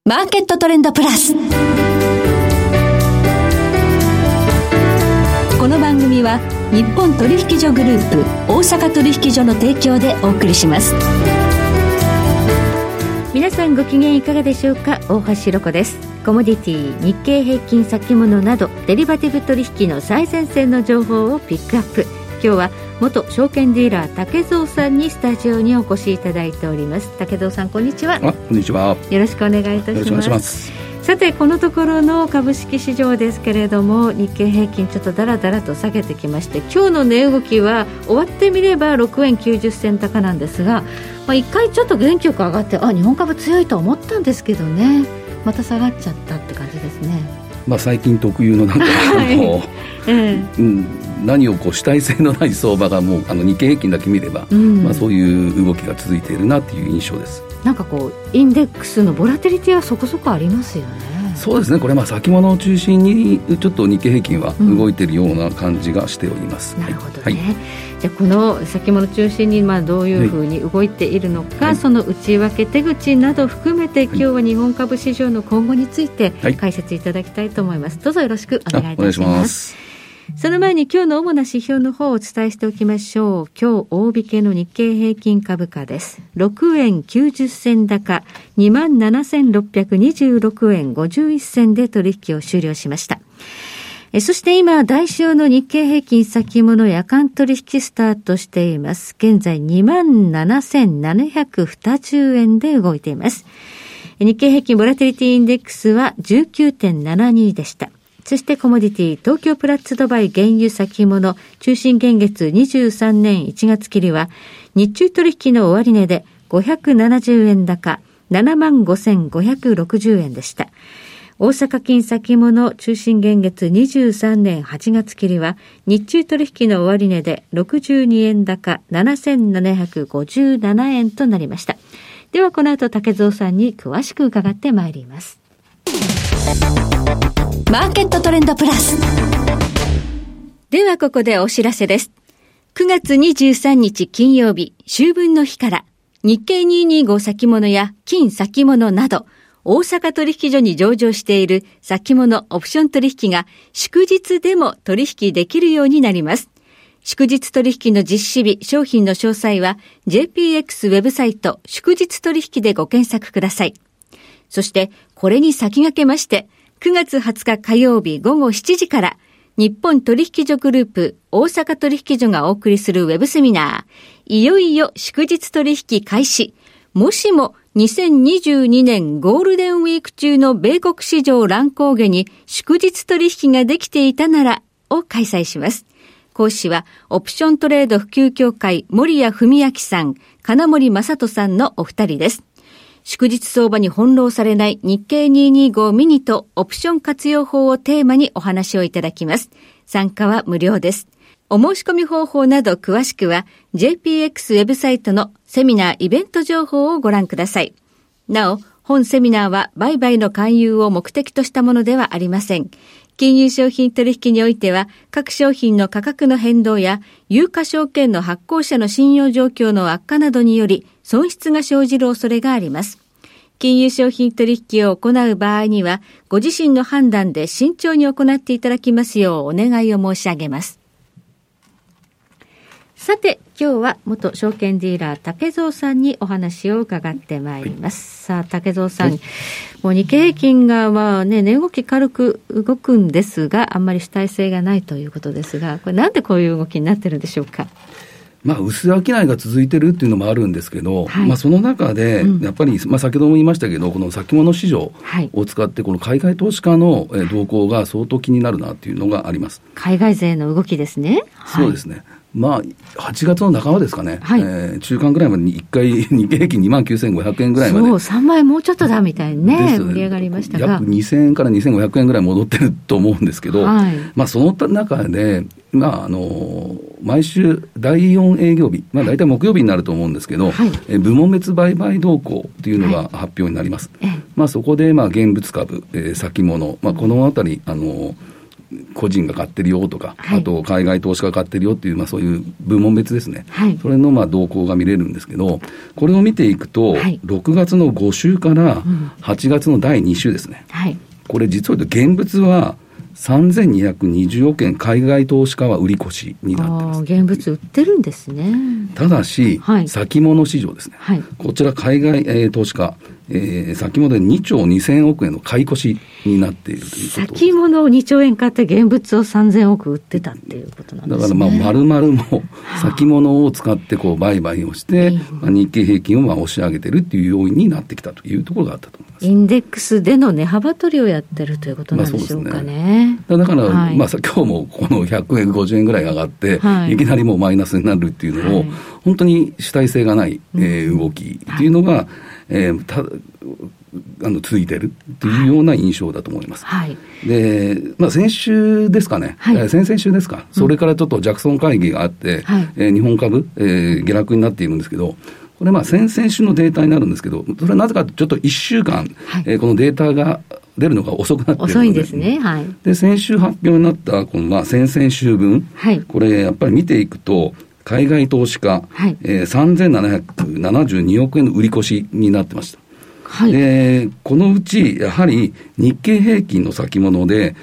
マーケットトレンドプラス。この番組は日本取引所グループ大阪取引所の提供でお送りします。 皆さんご機嫌いかがでしょうか。大橋ロコです。コモディティ、日経平均先物などデリバティブ取引の最前線の情報をピックアップ。今日は元証券ディーラー竹蔵さんにスタジオにお越しいただいております。竹蔵さん、こんにちは。 こんにちは。 よろしくお願いいたします。 よろしくお願いします。 さて、このところの株式市場ですけれども、日経平均ちょっとだらだらと下げてきまして、今日の値動きは終わってみれば6円90銭高なんですが、一回ちょっと元気よく上がって、日本株強いと思ったんですけどね、また下がっちゃったって感じですね。 最近特有のなんか何を主体性のない相場がもう日経平均だけ見れば、そういう動きが続いているなという印象です。 なんかインデックスのボラティリティはそこそこありますよね。 そうですね。これ先物を中心にちょっと日経平均は動いているような感じがしております。 なるほどね。じゃあこの先物中心にどういうふうに動いているのか、その内訳手口など含めて、今日は日本株市場の今後について解説いただきたいと思います。どうぞよろしくお願いいたします。その前に今日の主な指標の方をお伝えしておきましょう。今日大引けの日経平均株価です。6円90銭高 27,626 円51銭で取引を終了しました。そして今、代償の日経平均先物夜間取引スタートしています。現在 27,720 円で動いています。日経平均ボラティリティインデックスは 19.72 でした。そしてコモディティ、東京プラッツドバイ原油先物中心現月23年1月切りは、日中取引の終値で570円高 75,560 円でした。大阪金先物中心現月23年8月切りは、日中取引の終値で62円高 7,757 円となりました。ではこの後竹蔵さんに詳しく伺ってまいります。 マーケットトレンドプラス。 ではここでお知らせです。9月23日金曜日、秋分の日から日経225先物や金先物など大阪取引所に上場している先物オプション取引が祝日でも取引できるようになります。祝日取引の実施日、商品の詳細は JPX ウェブサイト祝日取引でご検索ください。そしてこれに先駆けまして、9月20日火曜日午後7時から日本取引所グループ大阪取引所がお送りするウェブセミナー、いよいよ祝日取引開始。もしも2022年ゴールデンウィーク中の米国市場乱高下に祝日取引ができていたならを開催します。講師はオプショントレード普及協会森谷文明さん、金森正人さんのお二人です。祝日相場に翻弄されない日経225ミニとオプション活用法をテーマにお話をいただきます。参加は無料です。お申し込み方法など詳しくは JPX ウェブサイトのセミナーイベント情報をご覧ください。なお、本セミナーは売買の勧誘を目的としたものではありません。金融商品取引においては、各商品の価格の変動や有価証券の発行者の信用状況の悪化などにより損失が生じる恐れがあります。金融商品取引を行う場合には、ご自身の判断で慎重に行っていただきますようお願いを申し上げます。さて、今日は元証券ディーラー竹蔵さんにお話を伺ってまいります。さあ、竹蔵さん、もう日経平均が値動き軽く動くんですが、あんまり主体性がないということですが、これなんでこういう動きになってるんでしょうか。 薄商いが続いてるっていうのもあるんですけど、その中でやっぱり、先ほども言いましたけど、この先物市場を使ってこの海外投資家の動向が相当気になるなっていうのがあります。 海外勢の動きですね。 そうですね。8月の半ばですかね、中間ぐらいまでに1回日経平均 29,500 円ぐらいまで、 そう3万円もうちょっとだみたいにね、盛り上がりましたが、 約2000円から2500円ぐらい戻ってると思うんですけど、その中で、毎週第4営業日、大体木曜日になると思うんですけど、部門別売買動向というのが発表になります。そこで現物株、先物、このあたり個人が買ってるよとか、 はい、 あと海外投資家が買ってるよっていう、そういう部門別ですね、 はい、 それの動向が見れるんですけど、これを見ていくと、はい、6月の5週から8月の第2週ですね、 はい、 これ実は言うと現物は3220億円海外投資家は売り越しになってます。 現物売ってるんですね。 ただし、はい、先物市場ですね、はい、こちら海外、投資家、先物で2兆2000億円の買い越しになっているということ。 先物を2兆円買って現物を3000億売ってたっていうことなんですね。 だから丸々も先物を使って売買をして、日経平均を押し上げてるっていう要因になってきたというところがあったと思います。 インデックスでの値幅取りをやってるということなんでしょうかね。 だから、はい、今日もこの100円50円ぐらい上がって、はい、いきなりもうマイナスになるっていうのを、はい、本当に主体性がない、動きっていうのが、続いてるというような印象だと思います。はい、で、先週ですかね、はい、先々週ですか、それからちょっとジャクソン会議があって、日本株、下落になっているんですけど、これ先々週のデータになるんですけど、それはなぜかちょっと1週間、このデータが出るのが遅くなっているので、 遅いんですね。はい、 で先週発表になったこの先々週分、はい、これやっぱり見ていくと海外投資家、はい、3772億円の売り越しになってました。はい、でこのうちやはり日経平均の先物で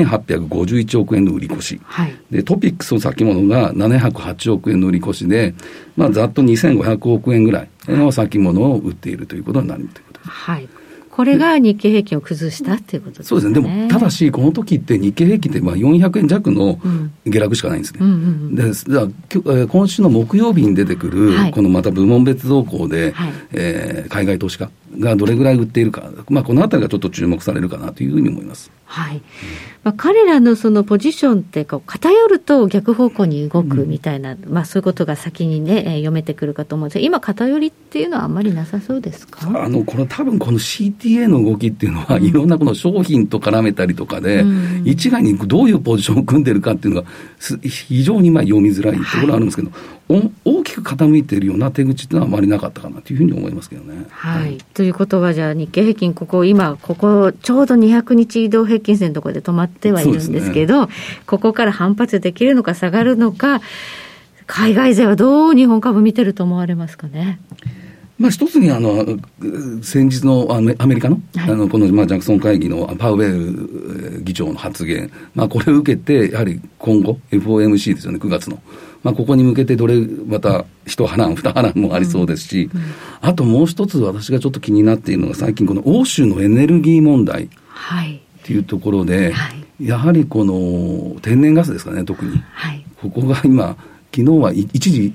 1851億円の売り越し、はい、でトピックスの先物が708億円の売り越しで、ざっと2500億円ぐらいの先物を売っているということになるということです。 はい、これが日経平均を崩したっていうことですね。 そうですね。でもただしこの時って日経平均って400円弱の下落しかないんですね。で今週の木曜日に出てくる、はい、このまた部門別動向で、はい、海外投資家がどれぐらい売っているか、このあたりがちょっと注目されるかなというふうに思います。 はい。彼らのそのポジションって偏ると逆方向に動くみたいな、そういうことが先にね、読めてくるかと思うんですが、今偏りっていうのはあんまりなさそうですか？ これ多分この CTA の動きっていうのは、いろんなこの商品と絡めたりとかで、一概にどういうポジションを組んでるかっていうのが非常に読みづらいところがあるんですけど、はい、大きく傾いているような手口っていうのはあまりなかったかなというふうに思いますけどね。 はい。ということはじゃあ日経平均ここちょうど200日移動平均線のところで止まってはいるんですけど、ここから反発できるのか下がるのか、海外勢はどう日本株見てると思われますかね？ 一つに先日のアメリカの、はい、このジャクソン会議のパウエル議長の発言、これを受けてやはり今後 FOMC ですよね、9月の、ここに向けてまた一波乱二波乱もありそうですし、あともう一つ私がちょっと気になっているのが、最近この欧州のエネルギー問題っていうところで、はい、やはりこの天然ガスですかね、特に、はい、ここが今昨日は一時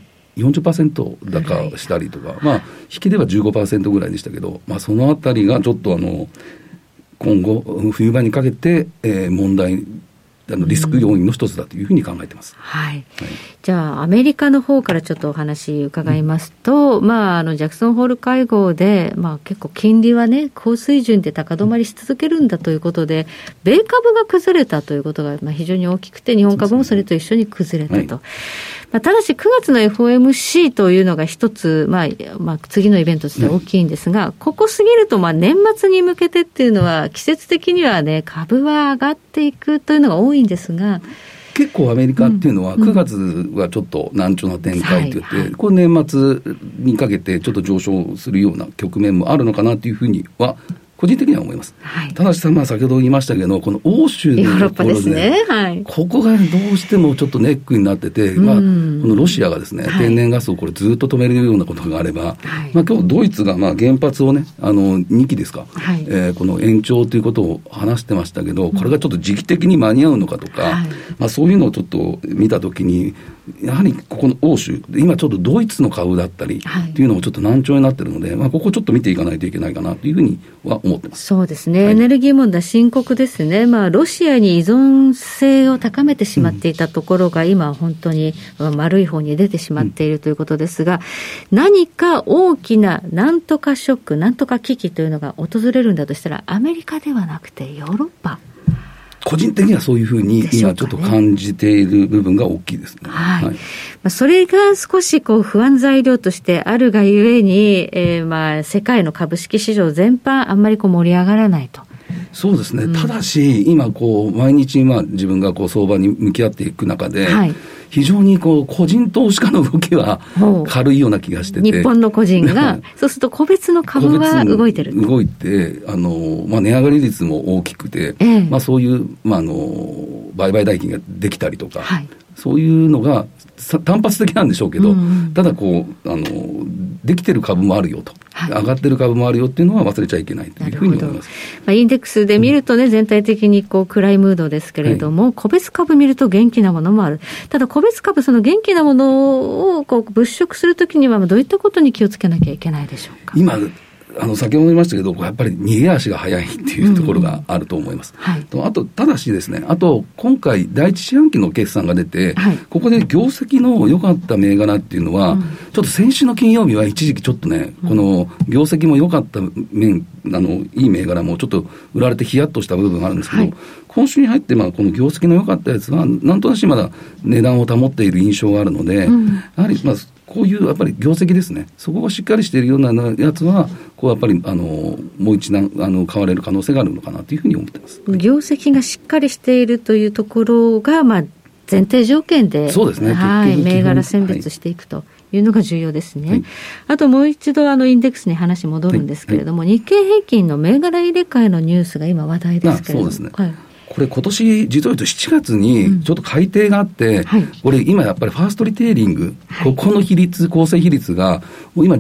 40% 高したりとか、引きでは 15% ぐらいでしたけど、そのあたりがちょっと今後冬場にかけて、問題リスク要因の一つだというふうに考えています。 はい。はい、じゃあアメリカの方からちょっとお話伺いますと、ジャクソンホール会合で、結構金利はね高水準で高止まりし続けるんだということで、米株が崩れたということが非常に大きくて、日本株もそれと一緒に崩れたと。ただし9月の FOMC というのが一つ、次のイベントとして大きいんですが、ここ過ぎると年末に向けてっていうのは季節的にはね株は上がっていくというのが多いんですが、 結構アメリカっていうのは9月はちょっと難聴な展開といって、これ年末にかけてちょっと上昇するような局面もあるのかなというふうには個人的には思います。はい、ただし先ほど言いましたけど、この欧州のところで、 ですね、はい、 ここがどうしてもちょっとネックになってて、このロシアがですね、天然ガスをこれずっと止めるようなことがあれば、今日ドイツが原発をね2基ですか、この延長ということを話してましたけど、これがちょっと時期的に間に合うのかとか、そういうのをちょっと見たときに、やはりここの欧州今ちょっとドイツの株だったりっていうのもちょっと難聴になってるので、ここちょっと見ていかないといけないかなというふうには思ってます。 そうですね、エネルギー問題深刻ですね。ロシアに依存性を高めてしまっていたところが、今本当に悪い方に出てしまっているということですが、何か大きななんとかショック、なんとか危機というのが訪れるんだとしたら、アメリカではなくてヨーロッパ、 個人的にはそういうふうに今ちょっと感じている部分が大きいですね。 はい、それが少し不安材料としてあるがゆえに、世界の株式市場全般あんまり盛り上がらないとそうですね、ただし今毎日自分が相場に向き合っていく中で、非常に個人投資家の動きは軽いような気がしてて、 日本の個人がそうすると個別の株が動いてる、 動いて値上がり率も大きくて、そういう、売買代金ができたりとか、そういうのが単発的なんでしょうけど、ただできてる株もあるよと、上がってる株もあるよっていうのは忘れちゃいけないというふうに思います。 インデックスで見るとね、全体的に暗いムードですけれども、個別株見ると元気なものもある。ただ個別株、その元気なものを物色するときにはどういったことに気をつけなきゃいけないでしょうか。 今先ほど言いましたけど、やっぱり逃げ足が早いっていうところがあると思います。ただしですね、今回第一四半期の決算が出て、ここで業績の良かった銘柄っていうのは、ちょっと先週の金曜日は一時期ちょっとね、この業績も良かったいい銘柄もちょっと売られてヒヤッとした部分があるんですけど、今週に入ってこの業績の良かったやつはなんとなしまだ値段を保っている印象があるので、やはりこういうやっぱり業績ですね、そこがしっかりしているようなやつはやっぱりもう一段買われる可能性があるのかなというふうに思っています。 業績がしっかりしているというところが前提条件で、 そうですね、 銘柄選別していくというのが重要ですね。あともう一度インデックスに話戻るんですけれども、日経平均の銘柄入れ替えのニュースが今話題ですけれども、 そうですね、これ今年実を言うと7月にちょっと改定があって、これ今やっぱりファーストリテイリング、ここの比率、構成比率がもう今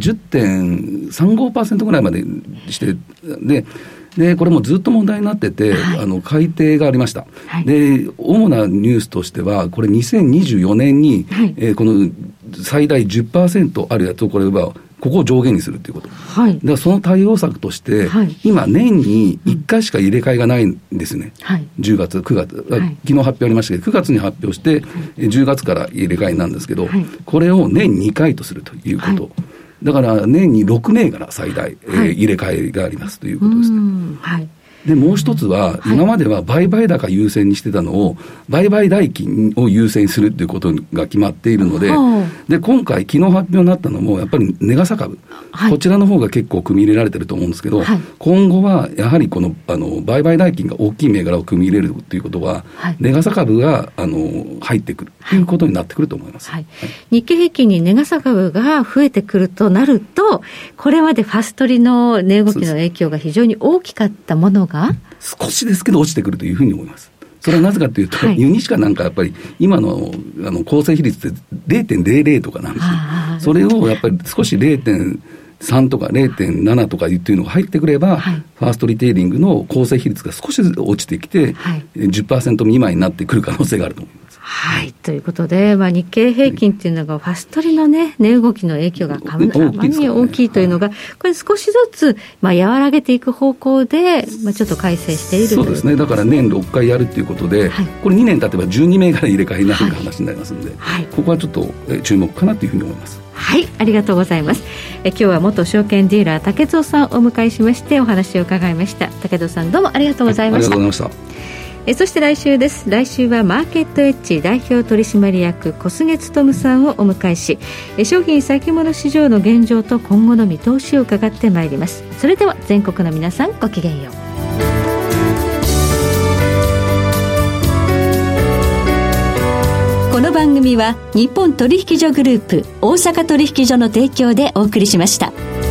10.35% ぐらいまでしてでこれもずっと問題になってて、改定がありました。で主なニュースとしてはこれ2024年に、この最大 10% あるやつをここを上限にするということ。だからその対応策として、今年に1回しか入れ替えがないんですね。10月、9月、昨日発表ありましたけど、9月に発表して、10月から入れ替えなんですけど、これを年2回とするということ。だから年に6銘柄最大、入れ替えがありますということですね。でもう一つは、今までは売買高優先にしてたのを売買代金を優先するということが決まっているので、で今回昨日発表になったのもやっぱり値傘株、こちらの方が結構組み入れられてると思うんですけど、今後はやはりこの売買代金が大きい銘柄を組み入れるということは、値傘株が入ってくるということになってくると思います。 日経平均に値傘株が増えてくるとなると、これまでファストリの値動きの影響が非常に大きかったものが少しですけど落ちてくるというふうに思います。それはなぜかというと、ユニシカなんかやっぱり今の構成比率って 0.00 とかなんですよ。それをやっぱり少し 0.3 とか 0.7 とかっていうのが入ってくれば、ファーストリテイリングの構成比率が少し落ちてきて、10% 未満になってくる可能性があると思います。 ということで、日経平均っていうのがファストリのね、値動きの影響がかなり大きいというのが、これ少しずつ和らげていく方向で、ちょっと改正しているという。 そうですね。だから年6回やるということで、これ2年経てば12銘柄入れ替えになる話になりますので、ここはちょっと注目かなというふうに思います。 ありがとうございます。今日は元証券ディーラー竹蔵さんをお迎えしましてお話を伺いました。竹蔵さん、どうもありがとうございました。 ありがとうございました。 そして来週です。来週はマーケットエッジ代表取締役小菅勉さんをお迎えし、商品先物市場の現状と今後の見通しを伺ってまいります。それでは全国の皆さん、ごきげんよう。 この番組は日本取引所グループ大阪取引所の提供でお送りしました。